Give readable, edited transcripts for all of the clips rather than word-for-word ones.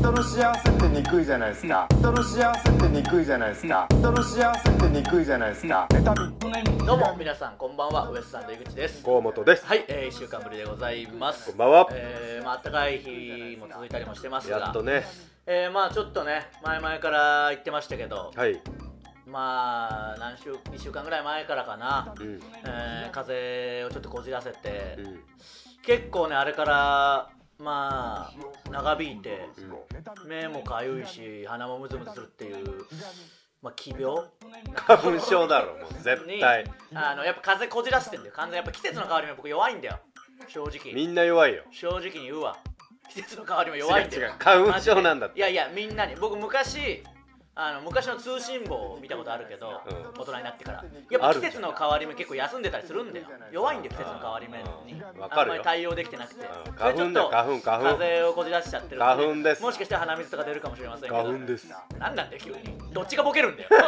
人の幸せってにくいじゃないですか。人の幸せってにくいじゃないですか。人の幸せってにくいじゃないですか。 どうも皆さんこんばんは、ウエストランド井口です。 河本です。 はい、1週間ぶりでございます。 こんばんは。 暖かい日も続いたりもしてますが、 やっとね、 ちょっとね、前々から言ってましたけど、 はい、 2週間ぐらい前からかな、風邪をちょっとこじらせて、結構ね、あれから長引いて、目もかゆいし鼻もムズムズするっていう、奇病、 花粉症だろ、もう絶対やっぱ風邪こじらせてんだよ。完全にやっぱ季節の変わり目僕弱いんだよ、正直。 みんな弱いよ。 正直に言うわ、季節の変わり目弱いんだよ。 違う花粉症なんだって。 いやみんなに。僕昔の通信簿を見たことあるけど、大人になってからやっぱ季節の変わり目結構休んでたりするんだよ。弱いんだよ、季節の変わり目に。あんまり対応できてなくて、 花粉だよ、花粉。 風邪をこじらしちゃってるんで、 花粉です。 もしかしたら鼻水とか出るかもしれませんけど。 花粉です。 なんだよ急に、どっちがボケるんだよ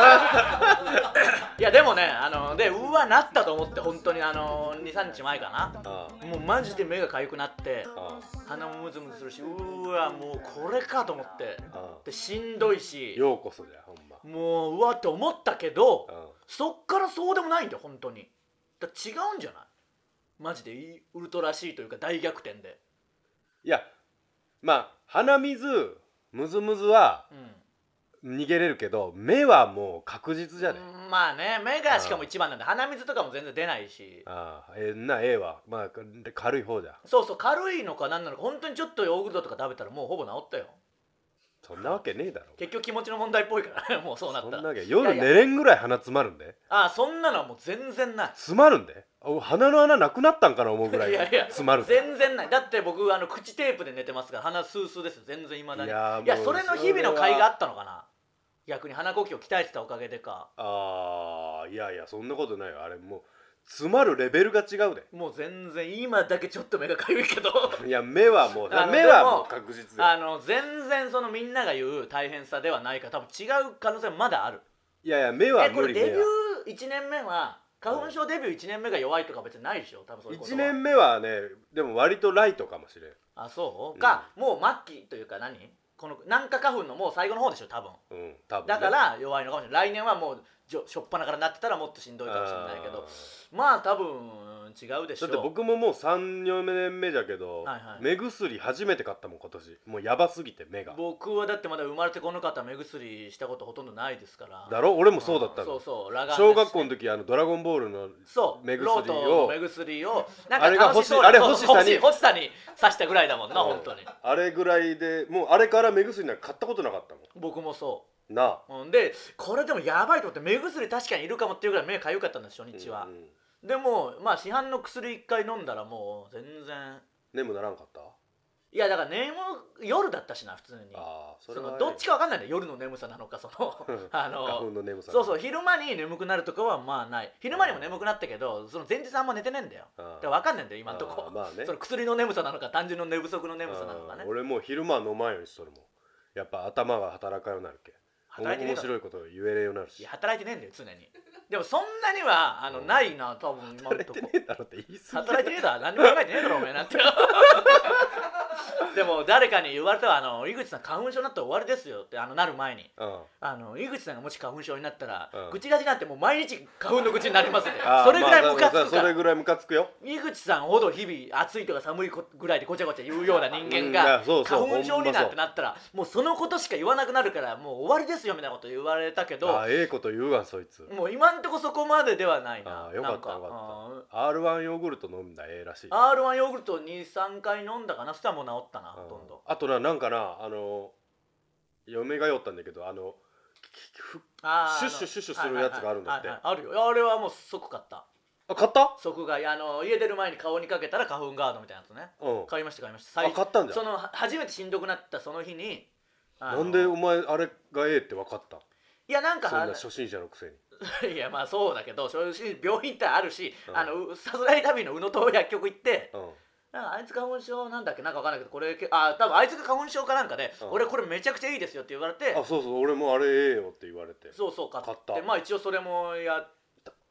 いやでもね、うわなったと思って、本当に2、3日前かな、もうマジで目がかゆくなって、鼻もムズムズするし、うわもうこれかと思って、でしんどいし、 ようこそじゃほんま。 もううわって思ったけど、そっからそうでもないんだよ本当に。だ違うんじゃない、マジでウルトラ C というか大逆転で。 いや鼻水ムズムズは逃げれるけど、目はもう確実じゃね。 目がしかも一番なんで、鼻水とかも全然出ないし。 は軽い方じゃ。 そう軽いのかなんなのか、本当にちょっとヨーグルトとか食べたらもうほぼ治ったよ。 そんなわけねえだろ。 結局気持ちの問題っぽいからもうそうなったら。 そんなわけ、夜寝れんぐらい鼻詰まるんで。 そんなのはもう全然ない。 詰まるんで、鼻の穴なくなったんかな思うぐらい詰まる。 全然ない。だって僕口テープで寝てますから、鼻スースーです。全然未だに。いやそれの日々の甲斐があったのかな、逆に鼻呼吸を鍛えてたおかげでか。 いやそんなことないよ。あれもう詰まるレベルが違うで。 もう全然今だけちょっと目がかゆいけどいや目はもう目はもう確実で、 全然そのみんなが言う大変さではないから、多分違う可能性はまだある。 いや目は無理。 これデビュー1年目は花粉症デビュー1年目が弱いとか別にないでしょ、多分そういうことは。 1年目はね、でも割とライトかもしれん。 そうか、もう末期というかこの軟化花粉のもう最後の方でしょ多分。 多分ね、 だから弱いのかもしれない。来年はもうしょっぱなからなってたらもっとしんどいかもしれないけど、多分違うでしょ。 だって僕ももう3、4年目だけど、目薬初めて買ったもん今年。もうやばすぎて目が。 僕はだってまだ生まれてこの方目薬したことほとんどないですから。 だろ、俺もそうだったの。 そう小学校の時ドラゴンボールの目薬をあれが欲しさに刺したぐらいだもんな、本当に。 あれぐらいで、もうあれから目薬なんか買ったことなかったもん。 僕もそうなで、これでもやばいと思って、目薬確かにいるかもっていうぐらい目かゆかったんです初日は。でも市販の薬1回飲んだらもう全然眠ならんかった。 いやだから夜だったしな、普通に。 それはね、 どっちか分かんないんだよ、夜の眠さなのか花粉の眠さ。 そう昼間に眠くなるとかはない。昼間にも眠くなったけど、その前日あんま寝てねえんだよ。だから分かんないんだよ今んとこ。その薬の眠さなのか単純の寝不足の眠さなのかね。 俺もう昼間は飲まんようにしとるもん。やっぱ頭が働かんようになるけ。面白いこと言えるようになるし。 いや働いてねえんだよ常に。でもそんなにはないな、多分今んとこ。 働いてねえだろって言い過ぎ。 働いてねえだろ、何も考えてねえだろお前なんてでも誰かに言われたわ、井口さん花粉症になったら終わりですよってなる前に、井口さんがもし花粉症になったら、愚痴ラジなんてもう毎日花粉の愚痴になりますって。それぐらいムカつくから。 それぐらいムカつくよ。 井口さんほど日々暑いとか寒いぐらいでごちゃごちゃ言うような人間が花粉症になってなったら、もうそのことしか言わなくなるから、もう終わりですよみたいなこと言われたけど、 ええこと言うわそいつ。 もう今んとこそこまでではないな。 よかったよかった。R1 ヨーグルト飲んだらええらしい。 R1 ヨーグルト2、3回飲んだかな。そしたらもう治ったな、ほとんど。 あとなんかな、嫁が酔ったんだけど、シュッシュシュッシュするやつがあるんだって。 あるよ。あれはもう即買った。 買った？ 即買い。家出る前に顔にかけたら花粉ガードみたいなやつね。買いました。 買ったんだ。 初めてしんどくなったその日に。 なんでお前あれがええって分かった？ いやなんかそんな初心者のくせに。 いやそうだけど、そういう病院ってあるし、さすらい旅の宇野東薬局行って、あいつ花粉症なんだっけ、なんか分かんないけど、これ多分あいつが花粉症かなんかで、俺これめちゃくちゃいいですよって言われて、 そう俺もあれええよって言われて、 そう買って、一応それも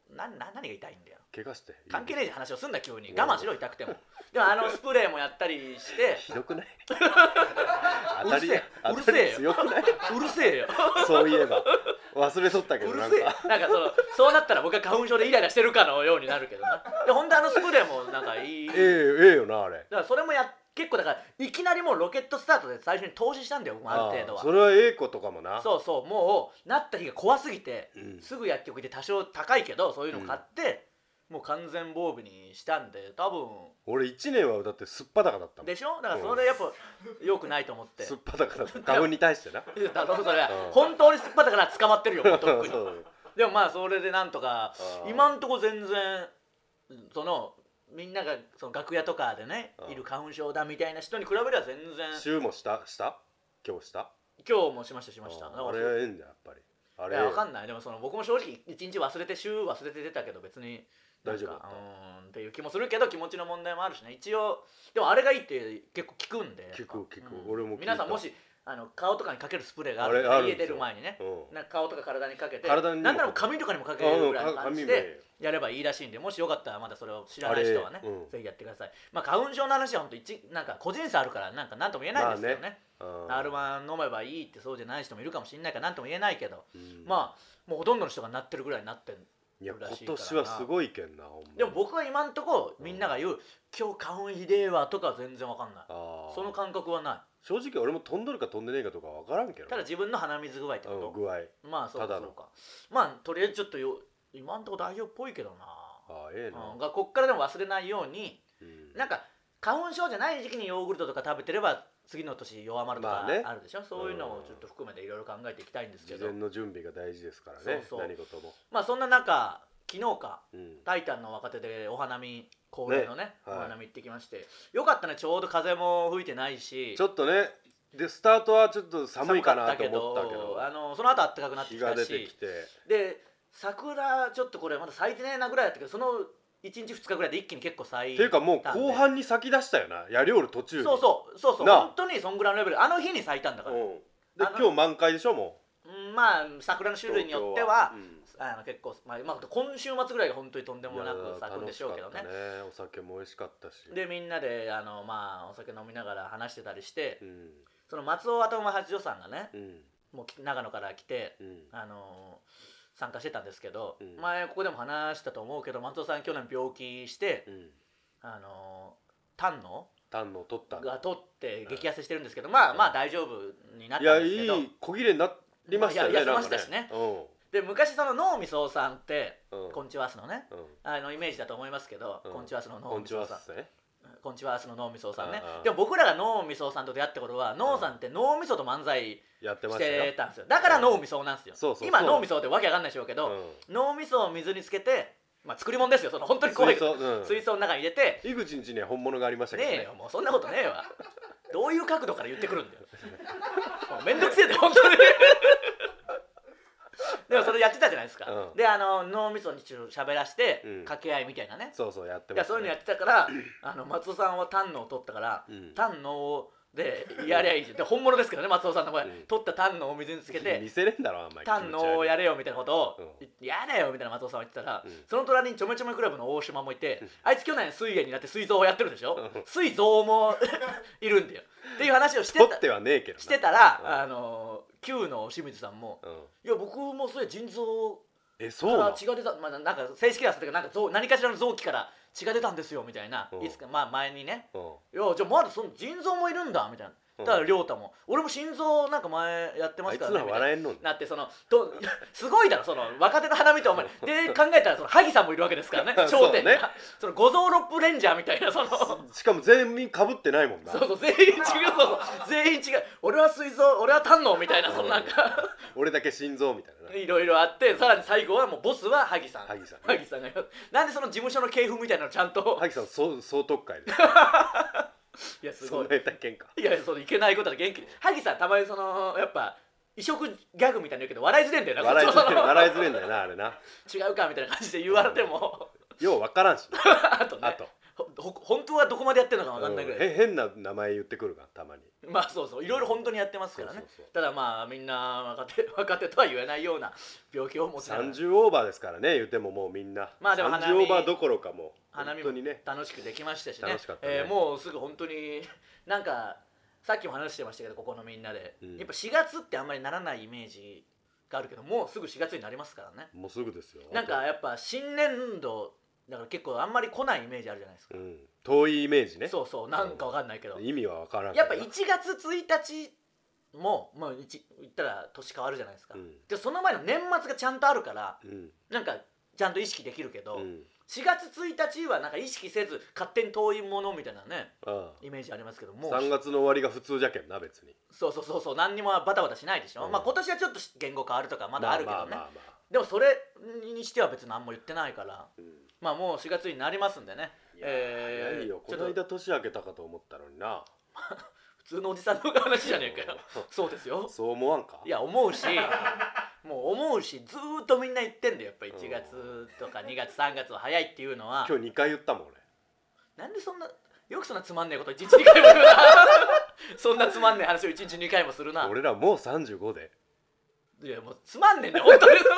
何が痛いんだよ。 怪我して関係ねえ話をすんだ急に。我慢しろ痛くても。でもスプレーもやったりしてひどくない？ うるせえうるせえよ強くない？ うるせえよそういえば忘れとったけど、 うるせえ。なんかそうなったら僕は花粉症でイライラしてるかのようになるけどな。でほんとスプレーもなんかいい。 ええよなあれ。 だからそれも結構だからいきなりもうロケットスタートで最初に投資したんだよ、ある程度は。 それはええことかもな。 そうそう、もうなった日が怖すぎて、 うん、 すぐ薬局で多少高いけどそういうの買って、もう完全防備にしたんで多分。 俺1年はだってすっぱだかだったもん。 でしょ。だからそれやっぱ良くないと思って。 すっぱだかだった。花粉に対してな。 だろそれ本当にすっぱだから捕まってるよもうとっくに。でもまあそれでなんとか今んとこ全然みんなが楽屋とかでねいる花粉症だみたいな人に比べれば全然。 週もした今日もしました。 あれはええんだやっぱり。あれ分かんない。でも僕も正直1日週忘れて出たけど別に大丈夫だったっていう気もするけど、気持ちの問題もあるしね一応。でもあれがいいって結構効くんで。 聞く、俺も聞いた。 皆さんもし顔とかにかけるスプレーがある家出る前にね、なんか顔とか体にかけて、なんなら髪とかにもかけるぐらいの感じでやればいいらしいんで、もしよかったらまだそれを知らない人はね、ぜひやってください。まあ花粉症の話は本当なんか個人差あるからなんとも言えないんですけどね。R1飲めばいいってそうじゃない人もいるかもしれないからなんとも言えないけど、まあもうほとんどの人がなってるぐらいになってるらしいからな。 今年はすごいけんな。 でも僕は今んとこみんなが言う今日花粉ひでえわとかは全然わかんない。その感覚はない。 正直俺も飛んどるか飛んでねえかとかわからんけど。 ただ自分の鼻水具合ってこと。 具合。 まあそうか。まあとりあえずちょっと今んとこ大丈夫っぽいけどな。 ええな。 こっからでも忘れないように、なんか花粉症じゃない時期にヨーグルトとか食べてれば次の年弱まるとかあるでしょ。そういうのをちょっと含めていろいろ考えていきたいんですけど。 事前の準備が大事ですからね。何事も。 まあそんな中昨日か、タイタンの若手でお花見恒例のねお花見行ってきまして、よかったね。ちょうど風も吹いてないし、 ちょっとねでスタートはちょっと寒いかなと思ったけど、 その後暖かくなってきたし、 日が出てきて、 で桜ちょっとこれまだ咲いてねえなぐらいだったけど、その1日2日ぐらいで一気に結構咲いたんで。 っていうかもう後半に咲き出したよな。やりおる途中に。 そう本当にそんぐらいのレベル。あの日に咲いたんだから。 で今日満開でしょもう。 まあ桜の種類によっては結構今週末ぐらいが本当にとんでもなく咲くんでしょうけどね。 お酒も美味しかったし。 でみんなでお酒飲みながら話してたりして、その松尾頭八女さんがね、もう長野から来て参加してたんですけど、前ここでも話したと思うけど、松尾さん去年病気して胆の取ったが取って激痩せしてるんですけど、まあ大丈夫になったんですけど、 いやいい小切れになりましたよね。 痩せましたしね。で昔その脳みそさんってこんちはーすのねイメージだと思いますけど、こんちはーすの脳みそさん、こんちはーすの脳みそさんね。でも僕らが脳みそさんと出会った頃は脳さんって脳みそと漫才してたんですよ。だから脳みそなんですよ。今脳みそってわけわかんないでしょうけど、脳みそを水につけて作り物ですよ。本当に怖い水槽の中に入れて。 井口んちには本物がありましたけどね。 ねえよ、もうそんなことねえわ。どういう角度から言ってくるんだよ。めんどくせえで本当に。でもそれやってたじゃないですか。で脳みそに喋らして掛け合いみたいなね。 そうやってました。 そういうのやってたから松尾さんは胆のを取ったから胆のでやりゃいいじゃん。で本物ですけどね、松尾さんの前取った胆のを水につけて見せれんだろあんまり。 胆のをやれよみたいなことをやだよみたいな松尾さんは言ってたら、その隣にちょめちょめクラブの大島もいて、あいつ去年水泳になって水蔵をやってるでしょ。水蔵もいるんだよっていう話をしてたらQ の清水さんもいや僕もそれ腎臓から血が出た、なんか正式だったけど何かしらの臓器から血が出たんですよみたいな、いつか前にね、いやじゃあまだその腎臓もいるんだみたいな。だから亮太も俺も心臓なんか前やってますからねみたいななって、すごいだろ若手の花見とお前で考えたら萩さんもいるわけですからね。頂点に五臓六腑レンジャーみたいなしかも全員かぶってないもんな。 そう全員違う。全員違う。俺は膵臓、俺は胆のみたいな、なんか俺だけ心臓みたいないろいろあって、さらに最後はもうボスは萩さんがなんでその事務所の系譜みたいなのちゃんと萩さん総特会でいやすごい。 そんな体験か。 いやいけないことだ元気。萩さんたまにやっぱ異色ギャグみたいな言うけど笑いづれんだよな。 笑いづれんだよなあれな。 違うかみたいな感じで言われてもよう分からんし。 あと本当はどこまでやってるのか分かんないぐらい、 変な名前言ってくるからたまに。 まあそうそういろいろ本当にやってますからね。 そうただまあみんな若手とは言えないような病気を持つ 30オーバーですからね言ってももうみんな、 まあでも 30オーバーどころかもう花見も楽しくできましたしね。 楽しかったね。 もうすぐ本当になんかさっきも話してましたけどここのみんなで、やっぱ4月ってあんまりならないイメージがあるけどもうすぐ4月になりますからね。 もうすぐですよ。 なんかやっぱ新年度だから結構あんまり来ないイメージあるじゃないですか、 遠いイメージね。 そうそうなんかわかんないけど、 意味はわからんけどやっぱ1月1日もまあ言ったら年変わるじゃないですか、でその前の年末がちゃんとあるから、なんかちゃんと意識できるけど、4月1日はなんか意識せず勝手に遠いものみたいなね、イメージありますけども 3月の終わりが普通じゃけんな別に。 そう何にもバタバタしないでしょ、まあ今年はちょっと言語変わるとかまだあるけどね、でもそれにしては別に何も言ってないから、まあもう4月になりますんでね。 早いよ、この間年明けたかと思ったのにな。 普通のおじさんの話じゃねえかよ。そうですよ。 そう思わんか。 いや思うしもう思うしずーっとみんな言ってんだよやっぱ1月とか2月3月は早いっていうのは。 今日2回言ったもん俺。 なんでそんなよくそんなつまんねえこと1日2回も言うなそんなつまんねえ話を1日2回もするな。 俺らもう35で。 いやもうつまんねえんだよ本当に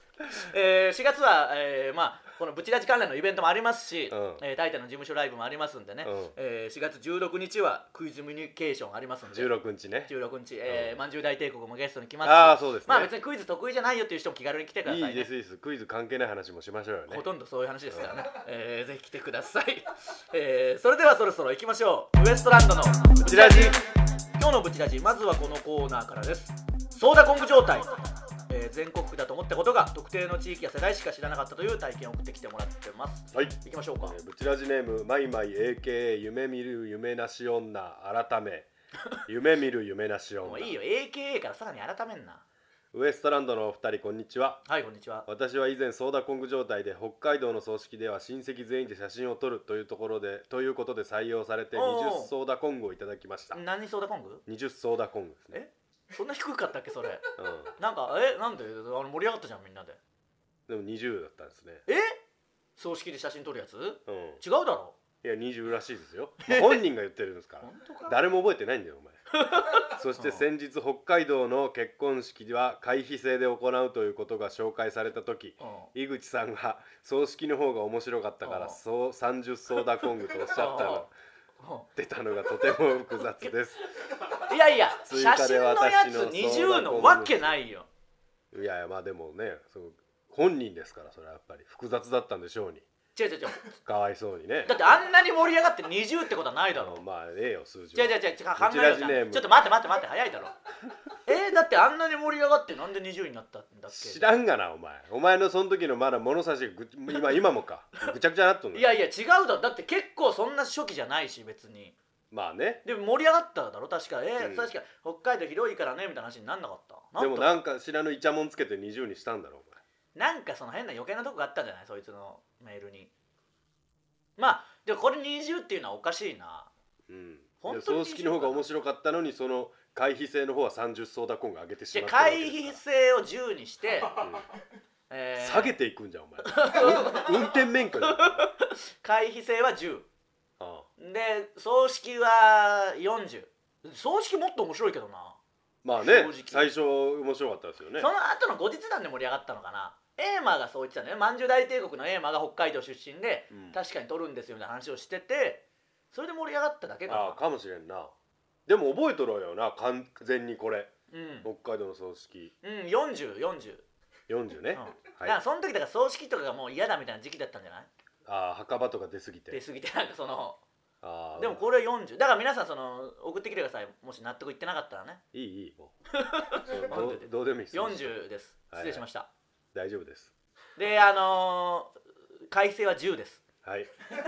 4月は、まあこのブチラジ関連のイベントもありますし、タイタンの事務所ライブもありますんでね、4月16日はクイズミュニケーションありますんで 16日ね 16日、まんじゅう大帝国もゲストに来ますし、 ああそうですね、 まあ別にクイズ得意じゃないよっていう人も気軽に来てくださいね。 いいですいいです、クイズ関係ない話もしましょうよね。 ほとんどそういう話ですからね、ぜひ来てくださいそれではそろそろ行きましょう。ウエストランドのブチラジ。今日のブチラジまずはこのコーナーからです。ソーダコング状態。全国区だと思ったことが特定の地域や世代しか知らなかったという体験を送ってきてもらってます。 はい、 行きましょうか。 ブチラジネームマイマイ AKA 夢見る夢なし女改め夢見る夢なし女。 もういいよ AKA からさらに改めんな。 ウエストランドのお二人こんにちは。 はいこんにちは。 私は以前ソーダコング状態で北海道の葬式では親戚全員で写真を撮るということで採用されて20ソーダコングをいただきました。 何ソーダコング ？20ソーダコングですね。 そんな低かったっけそれ、なんかなんで盛り上がったじゃんみんなで。 でも20だったんですね。 葬式で写真撮るやつ、違うだろ。 いや20らしいですよ、本人が言ってるんですから本当か。 誰も覚えてないんだよお前そして先日北海道の結婚式は会費制で行うということが紹介された時、井口さんが葬式の方が面白かったから30ソーダコングとおっしゃったの出たのがとても複雑です。 いやいや写真のやつ20のわけないよ。 いやいやまあでもね本人ですからそれはやっぱり複雑だったんでしょうに。 違うかわいそうにね。 だってあんなに盛り上がって20ってことはないだろ。 まあよ数字違う考えようじゃん。ちょっと待って早いだろだってあんなに盛り上がってなんで20になったんだっけ。 知らんがなお前のその時のまだ物差し今もかぐちゃぐちゃなっとんの。 いや違うだろ。だって結構そんな初期じゃないし別に。 まあね。 でも盛り上がっただろ確か。確か北海道広いからねみたいな話になんなかった。 でもなんか知らぬイチャモンつけて20にしたんだろお前。なんかその変な余計なとこがあったんじゃないそいつのメールに。まあでもこれ20っていうのはおかしいな。 本当に葬式の方が面白かったのにその会費制の方は30ソーダコング上げてしまったわけですから。 会費制を10にして、 下げていくんじゃんお前運転免許じゃん会費制は10、で葬式は40。葬式もっと面白いけどな。 まあね最初面白かったですよね。 その後の後日談で盛り上がったのかな。エーマがそう言ってたね。まんじゅう大帝国のエーマが北海道出身で、確かに取るんですよみたいな話をしててそれで盛り上がっただけかな。 かもしれんな。でも覚えとろうよな完全にこれ、北海道の葬式 40 ね、 だからその時だから葬式とかがもう嫌だみたいな時期だったんじゃない。 墓場とか出過ぎてなんかそのでもこれは40だから皆さんその送ってきてください。もし納得いってなかったらね。 いいもうどうでもいいです。 40です。失礼しました。 大丈夫です。 で改正は10です。 はい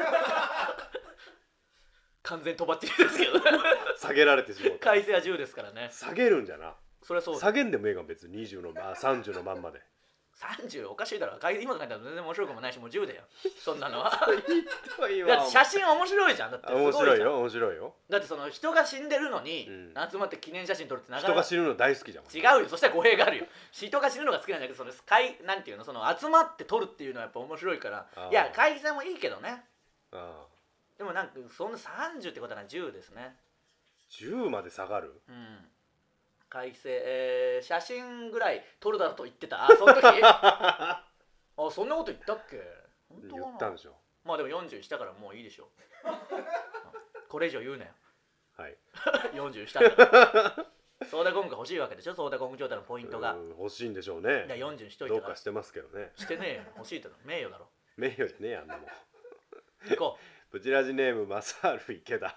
完全とばっちりですけど下げられてしまう。 改正は10ですからね。 下げるんじゃな。 それはそう下げんでもええが別に20の30のまんまで。 30おかしいだろ。今とか言ったら全然面白くもないしもう10だよそんなのはだって写真面白いじゃん。だって面白いよ。 だってその人が死んでるのに、集まって記念写真撮るってなかなか。 人が死ぬの大好きじゃん。 違うよ。そしたら語弊があるよ。人が死ぬのが好きなんだけどなんていうのその集まって撮るっていうのはやっぱ面白いから。いや会議戦もいいけどね。 でもなんかそんな30ってことは10ですね。 10まで下がる。 改正、写真ぐらい撮るだろうと言ってた。その時あ、そんなこと言ったっけ。本当かな。 言ったんでしょ。 まあでも40したからもういいでしょこれ以上言うなよ。 はい 40したからソーダコングが欲しいわけでしょ。ソーダコング状態のポイントが欲しいんでしょうね。 40にしといたから。 どうかしてますけどね。 してねえよ。欲しいだろ。名誉だろ。 名誉じゃねえあんなもん。 行こブチラジネームマサール池田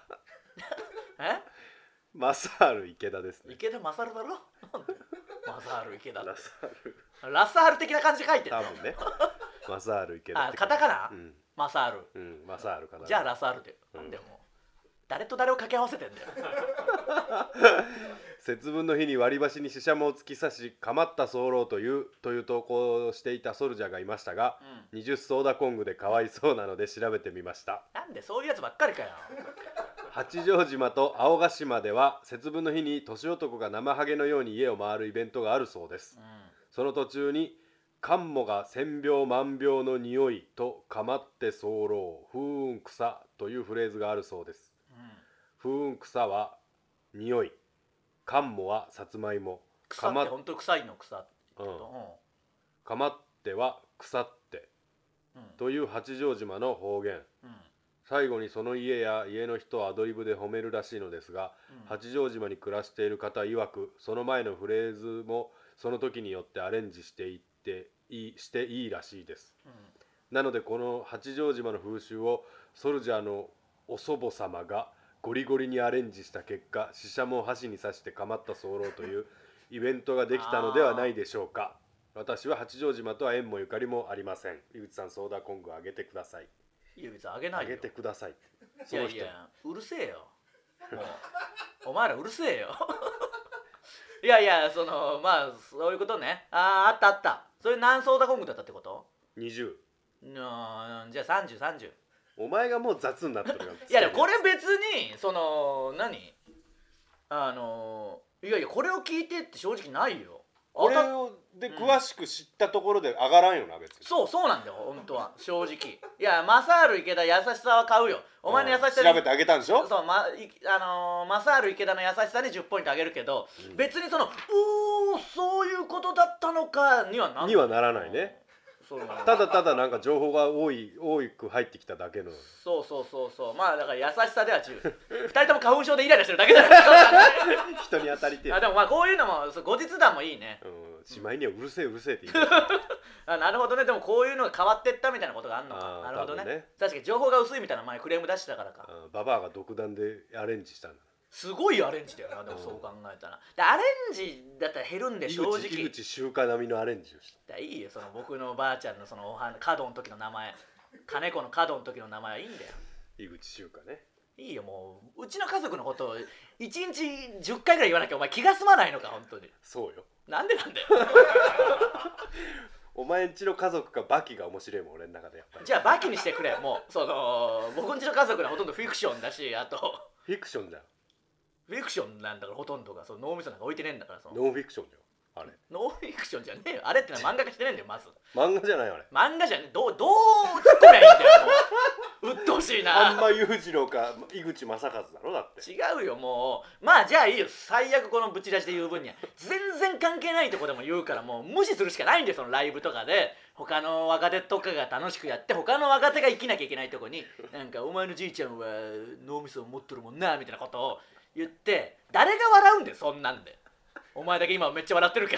う。 マサール池田ですね。 池田勝だろ。マサール池田。 ラサールラサール的な感じで書いてる。 多分ね。マサール池田ってカタカナ、マサール、 マサールかな。 じゃあラサールで、なんでも誰と誰を掛け合わせてんだよ節分の日に割り箸にししゃもを突き刺しかまった候という投稿をしていたソルジャーがいましたが、20ソーダコングでかわいそうなので調べてみました。 なんでそういうやつばっかりかよ。 八丈島と青ヶ島では節分の日に年男が生ハゲのように家を回るイベントがあるそうです、その途中にカンモが千病万病の匂いとかまって候風雲草というフレーズがあるそうです、風雲草は匂い、カンモはさつまいも、 草って本当に臭いの草ってかまっては腐って、という八丈島の方言、最後にその家や家の人をアドリブで褒めるらしいのですが、八丈島に暮らしている方曰くその前のフレーズもその時によってアレンジしていいらしいです、なのでこの八丈島の風習をソルジャーのお祖母様がゴリゴリにアレンジした結果、ししゃもを箸に刺してかまった候というイベントができたのではないでしょうか。私は八丈島とは縁もゆかりもありません。井口さん、ソーダコングあげてください。 いや別にあげないよ。 あげてください。 いやいや、うるせえよ。もうお前らうるせえよ。いやいや、まあそういうことね。あったあった。それ何ソーダコングだったってこと？ 20。 じゃあ30。 お前がもう雑になってるよ。 いやでもこれ別に何いやいやこれを聞いてって正直ないよ。 これをで詳しく知ったところで上がらんよな、別に。 そうなんだよ本当は正直。いやマサール池田優しさは買うよ。お前の優しさ調べてあげたんでしょ。 そうマサール池田の優しさに10ポイントあげるけど、別にそういうことだったのかにはならないね。ただなんか情報が多く入ってきただけの。 そうまあだから優しさでは10。2人とも花粉症でイライラしてるだけだよ。 人に当たりてえ。 でもまあこういうのも後日談もいいね。 しまいにはうるせえって言う。 なるほどね。でもこういうのが変わってったみたいなことがあるのか。なるほどね。確かに情報が薄いみたいな前クレーム出してたからか。 ババアが独断でアレンジしたんだ。 すごいアレンジだよな。でもそう考えたらアレンジだったら減るんで正直。 井口周華並みのアレンジをした。 いいよ僕のばあちゃんの角の時の名前、金子の角の時の名前はいいんだよ。 井口周華ね。 いいよもう。うちの家族のことを1日10回ぐらい言わなきゃお前気が済まないのか本当に。 そうよ。 なんでなんだよ。 お前んちの家族かバキが面白いもん俺の中でやっぱり。 じゃあバキにしてくれ。もう僕んちの家族はほとんどフィクションだし、あとフィクションじゃん。 フィクションなんだからほとんどが脳みそなんか置いてねえんだから。 ノンフィクションだよあれ。 ノンフィクションじゃねえよあれってのは。漫画化してねえんだよまず。 漫画じゃないあれ。 漫画じゃねえ。どう突っ込めばいいんだよもう。うっとうしいな。 あんま裕次郎か井口正和だろだって。 違うよもう。まあじゃあいいよ。最悪このブチラジで言う分には全然関係ないとこでも言うから、もう無視するしかないんだよ。ライブとかで他の若手とかが楽しくやって他の若手が生きなきゃいけないとこになんかお前のじいちゃんは脳みそを持っとるもんなみたいなことを言って誰が笑うんだよそんなんで。お前だけ今めっちゃ笑ってるけど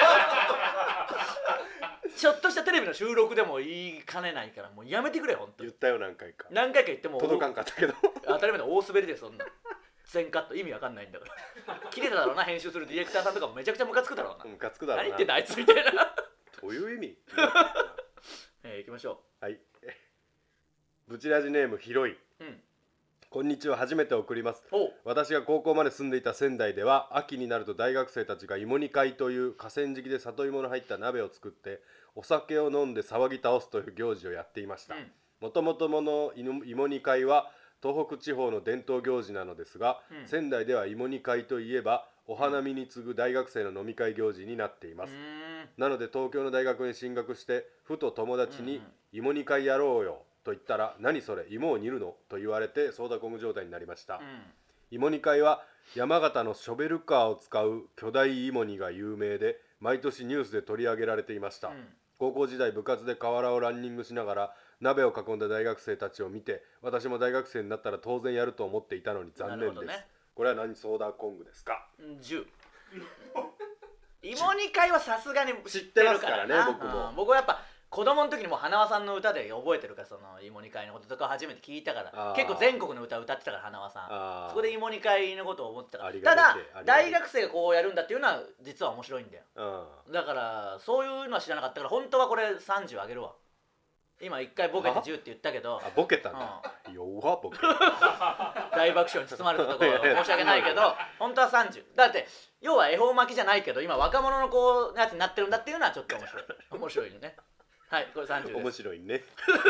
ちょっとしたテレビの収録でも言いかねないからもうやめてくれ本当に。 言ったよ何回か言っても届かんかったけど当たり前だ大滑りでそんな全カット意味わかんないんだから切れただろうな。編集するディレクターさんとかもめちゃくちゃムカつくだろうな。 ムカつくだろうな。 何言ってんだあいつみたいな。 どういう意味行きましょう。はい。ブチラジネームひろい。こんにちは、初めて送ります。私が高校まで住んでいた仙台では秋になると大学生たちが芋煮会という河川敷で里芋の入った鍋を作ってお酒を飲んで騒ぎ倒すという行事をやっていました。もともとの芋煮会は東北地方の伝統行事なのですが、仙台では芋煮会といえばお花見に次ぐ大学生の飲み会行事になっています。なので東京の大学に進学してふと友達に芋煮会やろうよと言ったら何それ芋を煮るのと言われてソーダコング状態になりました、 うん、 芋煮会は山形のショベルカーを使う巨大芋煮が有名で毎年ニュースで取り上げられていました、高校時代部活で河原をランニングしながら鍋を囲んだ大学生たちを見て私も大学生になったら当然やると思っていたのに残念です、ね、これは何ソーダコングですか ？10芋煮会はさすがに知ってるからね。僕はやっぱ子供の時にもう花輪さんの歌で覚えてるから、その芋煮会のこととか初めて聞いたから、結構全国の歌を歌ってたから花輪さん、そこで芋煮会のことを思ってたから。ただ大学生がこうやるんだっていうのは実は面白いんだよ、だからそういうのは知らなかったから、本当はこれ30あげるわ。今一回ボケて10って言ったけど、 ボケたんだ、弱ボケ大爆笑に包まれたところ申し訳ないけど本当は30だって、要は恵方巻きじゃないけど今若者のこうやつになってるんだっていうのはちょっと面白いね。はい、これ30です。 面白いねちょっ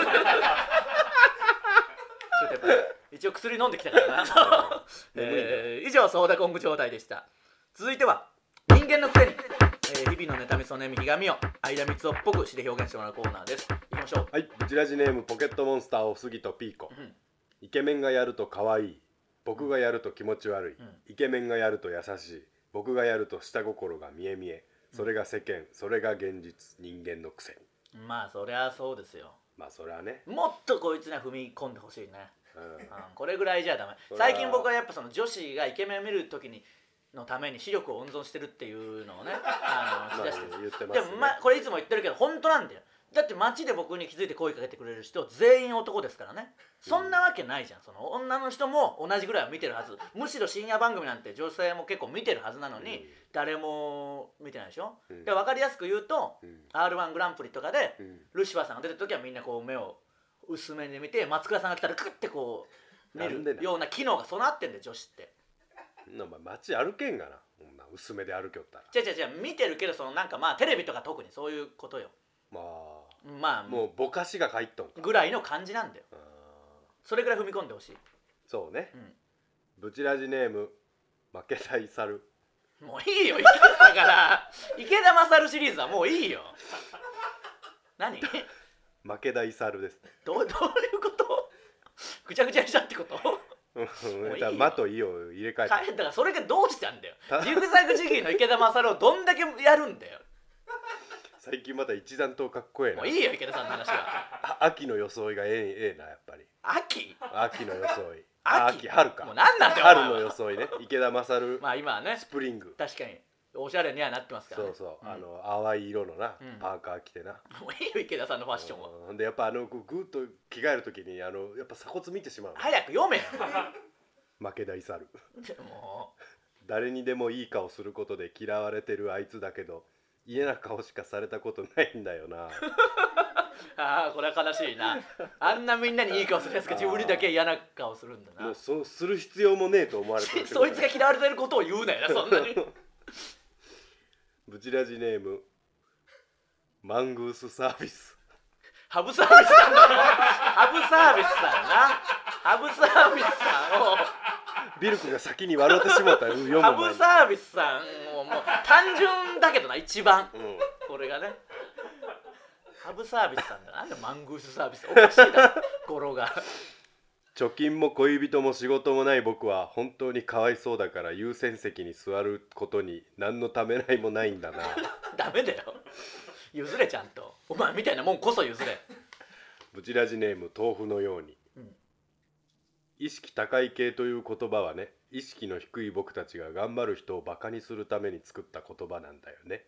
とやっぱり一応薬飲んできたからな以上ソーダコング状態でした。続いては人間のくせに、日々の妬みそねみひがみを相田みつをっぽく詩で表現してもらうコーナーです。いきましょう。 はい、ブチラジネームポケットモンスターおすぎとピーコ、イケメンがやると可愛い、僕がやると気持ち悪い、イケメンがやると優しい、僕がやると下心が見え見え、それが世間、それが現実、人間のくせに。 まあそりゃそうですよ。 まあそれはね、 もっとこいつには踏み込んでほしいね、これぐらいじゃダメ。最近僕はやっぱその女子がイケメンを見るときにのために視力を温存してるっていうのをね言ってます。でもこれいつも言ってるけど本当なんだよ。だって街で僕に気づいて声かけてくれる人全員男ですからね。そんなわけないじゃん。その女の人も同じぐらいは見てるはず。むしろ深夜番組なんて女性も結構見てるはずなのに、誰も見てないでしょ、で分かりやすく言うと、R1 グランプリとかで、ルシファーさんが出た時はみんなこう目を薄めに見て、松倉さんが来たらクッてこう見るような機能が備わってんだよ女子って。 街歩けんがな、薄めで歩きよったら。 違う見てるけど、そのなんかまあテレビとか特にそういうことよ。まあもうぼかしが入っとんかぐらいの感じなんだよ。それぐらい踏み込んでほしい。 そうね、ブチラジネーム負けたい猿。 もういいよ、だから池田勝シリーズはもういいよ。何負けたい猿です。 どういうことぐちゃぐちゃにしたってこと間と意を入れ替えた。 だからそれがどうしたんだよ。ジグザグジギーの池田勝をどんだけやるんだよ。 最近また一段とかっこええな。 もういいよ池田さんの話は。 秋の装いがええな、やっぱり。 秋の装い。春か。 もう何なんだよ。 春の装いね。池田勝。 まあ今はね。 スプリング。 確かにおしゃれにはなってますからね。 そう、淡い色のな、パーカー着てな。 もういいよ池田さんのファッションは。 でやっぱグーッと着替えるときにやっぱ鎖骨見てしまう。 早く読めよ。 負けたい猿。 もう誰にでもいい顔することで嫌われてるあいつだけど、嫌な顔しかされたことないんだよな。 ああ、これは悲しいな。あんなみんなにいい顔するやつが自分にだけ嫌な顔するんだな。 もうそうする必要もねえと思われてる。 そいつが嫌われてることを言うなよな、そんなに。 ブチラジネームマングースサービス。 ハブサービスさんだ。ハブサービスさんな。ハブサービスさんをビルクが先に笑ってしまった。 ハブサービスさんもう単純だけどな、一番、これがねハブサービスさんだ。なんでマングースサービス、おかしいだろ語呂が。 貯金も恋人も仕事もない僕は本当にかわいそうだから優先席に座ることに何のためらいもないんだな。 ダメだよ、譲れちゃんと。お前みたいなもんこそ譲れ。 ブチラジネーム豆腐のように、意識高い系という言葉はね、意識の低い僕たちが頑張る人をバカにするために作った言葉なんだよね。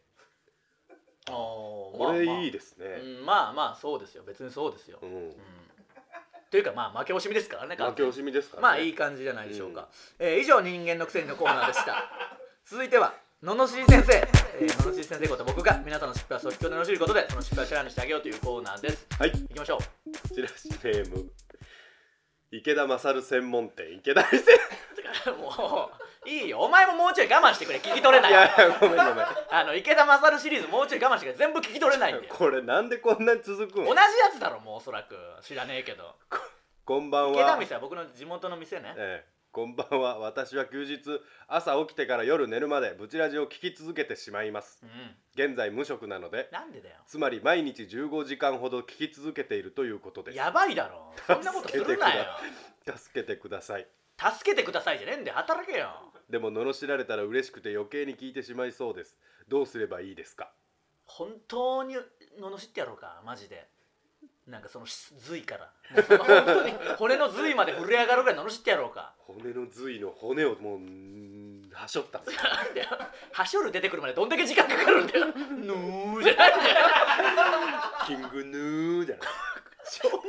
これいいですね。 まあそうですよ、別にそうですよ。というかまあ負け惜しみですからね。 負け惜しみですからね。 まあいい感じじゃないでしょうか。以上人間のくせにのコーナーでした。続いてはののしり先生。ののしり先生こと僕が皆さんの失敗を即興でののしることでその失敗をチャレンジしてあげようというコーナーです。 はい、 行きましょう。 チラシネーム池田勝専門店池田先生。 もういいよ、お前ももうちょい我慢してくれ。聞き取れない。 いやごめん池田勝シリーズもうちょい我慢してくれ。全部聞き取れないんだよ。 これなんでこんなに続くの。 同じやつだろもうおそらく。知らねえけど。 こんばんは。 池田店は僕の地元の店ね。 こんばんは。私は休日朝起きてから夜寝るまでブチラジを聞き続けてしまいます、現在無職なので、 なんでだよ。 つまり毎日15時間ほど聞き続けているということです。 やばいだろ、そんなことするなよ。 助けてください。 助けてくださいじゃねえんで、働けよ。 でも罵られたら嬉しくて余計に聞いてしまいそうです。どうすればいいですか？ 本当に罵ってやろうか、マジで。なんかその髄からもうその本当に骨の髄まで震え上がるぐらい罵ってやろうか。 骨の髄の骨をもうはしょったんですよ。 はしょる出てくるまでどんだけ時間かかるんだよ。ぬーじゃないんだよ。 キングヌーじゃない。 しょうも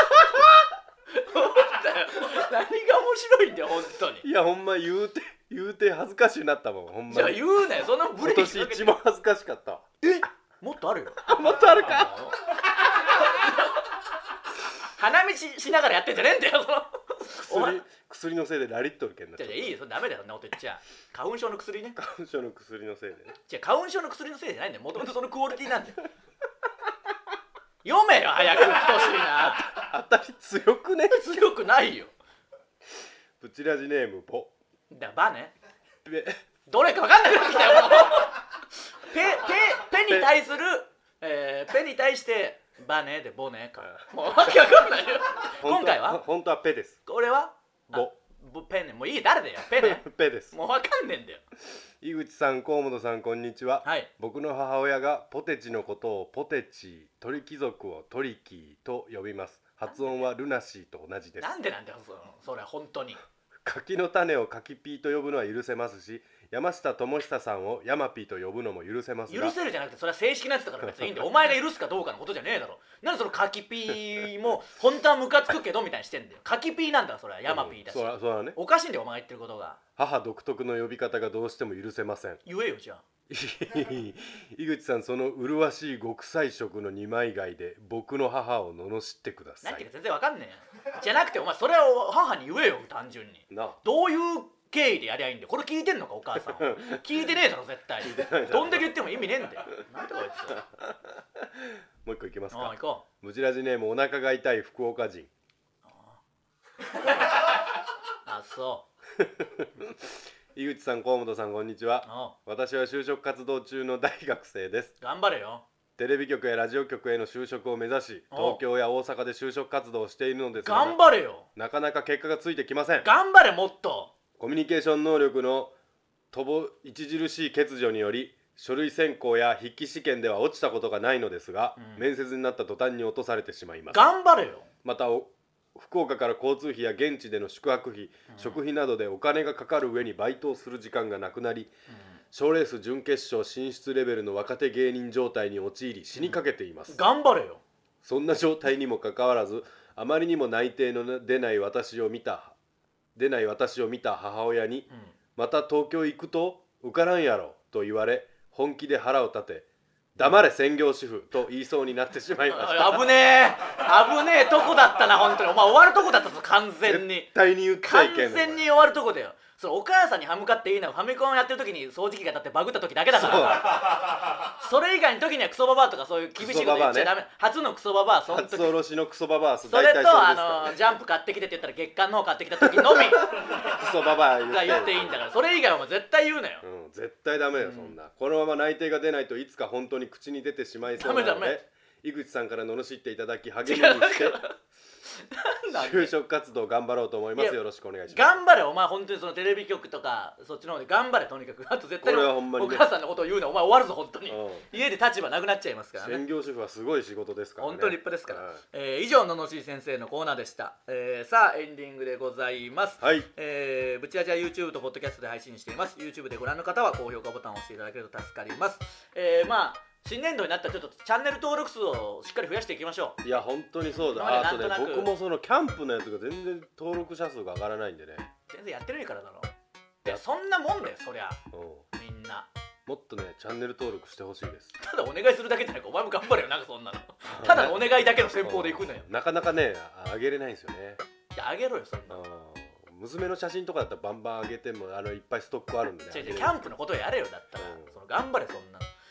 ない。何が面白いんだよ本当に。 いやほんま言うて恥ずかしくなったもん、ほんまに。 じゃあ言うね、そんなブレーキ今年一番恥ずかしかった。 もっとあるよ。 もっとあるか。 花道しながらやってんじゃねえんだよ。 薬のせいでラリットルけんなっちゃった。 いいよ、それダメだよ、そんなこと言っちゃ。花粉症の薬ね。 花粉症の薬のせいでね。 じゃ花粉症の薬のせいじゃないんだよ、もともとそのクオリティなんだよ。読めよ早く、うっとうしいな。 当たり強くね。 強くないよ。 ブチラジネームボだバね。 どれか分かんなくなってきたよもう。ペに対する、ペに対してバネでボネか。もうわけ分かんないよ。今回は本当はペです。 これはボペね。もういい、誰だよペね。 ペです。 もう分かんねえんだよ。 井口さん、河本さん、こんにちは、 はい、 僕の母親がポテチのことをポテチ、鳥貴族をトリキーと呼びます。発音はルナシーと同じです。 なんでなんだよそれは本当に。 柿の種を柿ピーと呼ぶのは許せますし、山下智久さんをヤマピーと呼ぶのも許せますが、 許せるじゃなくてそれは正式なやつだから別にいいんで、お前が許すかどうかのことじゃねえだろ。なんでその柿ピーも本当はムカつくけどみたいにしてんだよ。柿ピーなんだそれはヤマピーだし、 そらね、 おかしいんだよお前が言ってることが。 母独特の呼び方がどうしても許せません。 言えよじゃあ。 井口さん、その麗しい極彩色の二枚貝で僕の母を罵ってください。 何ていうか全然わかんねえじゃなくて、お前それを母に言えよ単純に。どういう経緯でやりゃいいんだよ。これ聞いてんのかお母さん。聞いてねえだろ絶対。どんだけ言っても意味ねえんだよ。なんでこいつ。 もう一個いきますか。 行こブチラジネームお腹が痛い福岡人。 あそう井口さん、河本さん、こんにちは。私は就職活動中の大学生です。 頑張れよ。 テレビ局やラジオ局への就職を目指し、東京や大阪で就職活動をしているのですが、 頑張れよ。 なかなか結果がついてきません。 頑張れもっと。 コミュニケーション能力の著しい欠如により、書類選考や筆記試験では落ちたことがないのですが、面接になった途端に落とされてしまいます。 頑張れよ。 また福岡から交通費や現地での宿泊費、食費などでお金がかかる上にバイトをする時間がなくなり、賞レース準決勝進出レベルの若手芸人状態に陥り死にかけています。 頑張れよ。 そんな状態にもかかわらず、あまりにも内定の出ない私を見た母親に、また東京行くと受からんやろと言われ、本気で腹を立て、黙れ専業主婦と言いそうになってしまいました。 危ねえとこだったな本当に。お前終わるとこだったぞ完全に。 絶対に言っちゃいけんの。 完全に終わるとこだよ。そのお母さんに歯向かっていいのはファミコンやってる時に掃除機が立ってバグった時だけだから。それ以外の時にはクソババアとかそういう厳しいこと言っちゃダメ。初のクソババア、その時初おろしのクソババア、 それとジャンプ買ってきてって言ったら月刊の方買ってきた時のみクソババアが言っていいんだから。それ以外はもう絶対言うなよ。 絶対ダメよそんな。このまま内定が出ないといつか本当に口に出てしまいそうなので、井口さんから罵っていただき励みにして就職活動頑張ろうと思います。よろしくお願いします。 頑張れお前本当に。そのテレビ局とかそっちの方で頑張れとにかく。あと絶対にお母さんのことを言うな。お前終わるぞ本当に。家で立場なくなっちゃいますからね。 専業主婦はすごい仕事ですからね。 本当に立派ですから。以上ののしい先生のコーナーでした。さあエンディングでございます。 はい。 ブチラジは YouTube とポッドキャストで配信しています。 YouTube でご覧の方は高評価ボタンを押していただけると助かります。まあ新年度になったらちょっとチャンネル登録数をしっかり増やしていきましょう。 いや本当にそうだ。あとね、僕もそのキャンプのやつが全然登録者数が上がらないんでね。 全然やってないからだろ。いやそんなもんだよそりゃ。みんなもっとねチャンネル登録してほしいです。 ただお願いするだけじゃなくお前も頑張れよ。なんかそんなのただお願いだけの戦法でいくのよ。 なかなかね上げれないんですよね。 いや上げろよそんな。 娘の写真とかだったらバンバン上げてもいっぱいストックあるんでね。 キャンプのことをやれよだったら。その頑張れそんなの。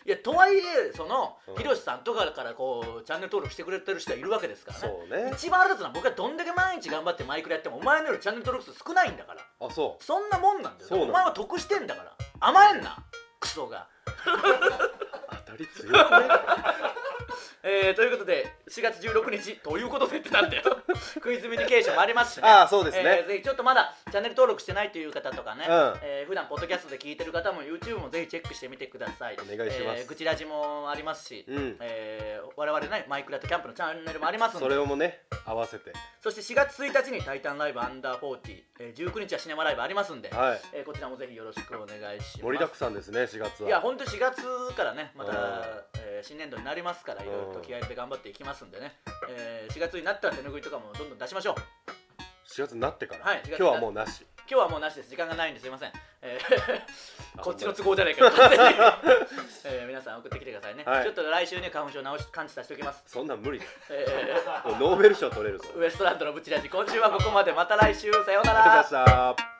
いやとはいえそのうんひろしさんとかからこうチャンネル登録してくれてる人はいるわけですからね。 そうね。 一番腹立つのは僕がどんだけ毎日頑張ってマイクラやってもお前のよりチャンネル登録数少ないんだから。 あ、そう。 そんなもんなんだよ。 そうなんだお前は得してんだから甘えんなクソが。 当たり強くね。 ということで4月16日ということでってなんだよクイズミュニケーションもありますしね。 ああ、そうですね。 ぜひちょっとまだチャンネル登録してないという方とかね、 うん普段ポッドキャストで聞いてる方も YouTube もぜひチェックしてみてください。 お願いします。 グチラジもありますし、 うん我々ねマイクラとキャンプのチャンネルもありますので、 それをもね合わせて。 そして4月1日にタイタンライブアンダー40、19日はシネマライブありますんで、 はい。 こちらもぜひよろしくお願いします。 盛りだくさんですね、4月は。 いや本当4月からねまた、 うん新年度になりますからいろいろと気合い入れて頑張っていきますんでね、4月になったら手拭いとかもどんどん出しましょう。 4月になってから。 はい4月今日はもうなし。 今日はもうなしです。時間がないんですいません、こっちの都合じゃないから完全に皆さん送ってきてくださいね、 はいちょっと来週ね花粉症感知させておきます。 そんなん無理だ。もうノーベル賞取れるぞ。 ウエストランドのブチラジ今週はここまで。また来週さようなありがら。 とうございました。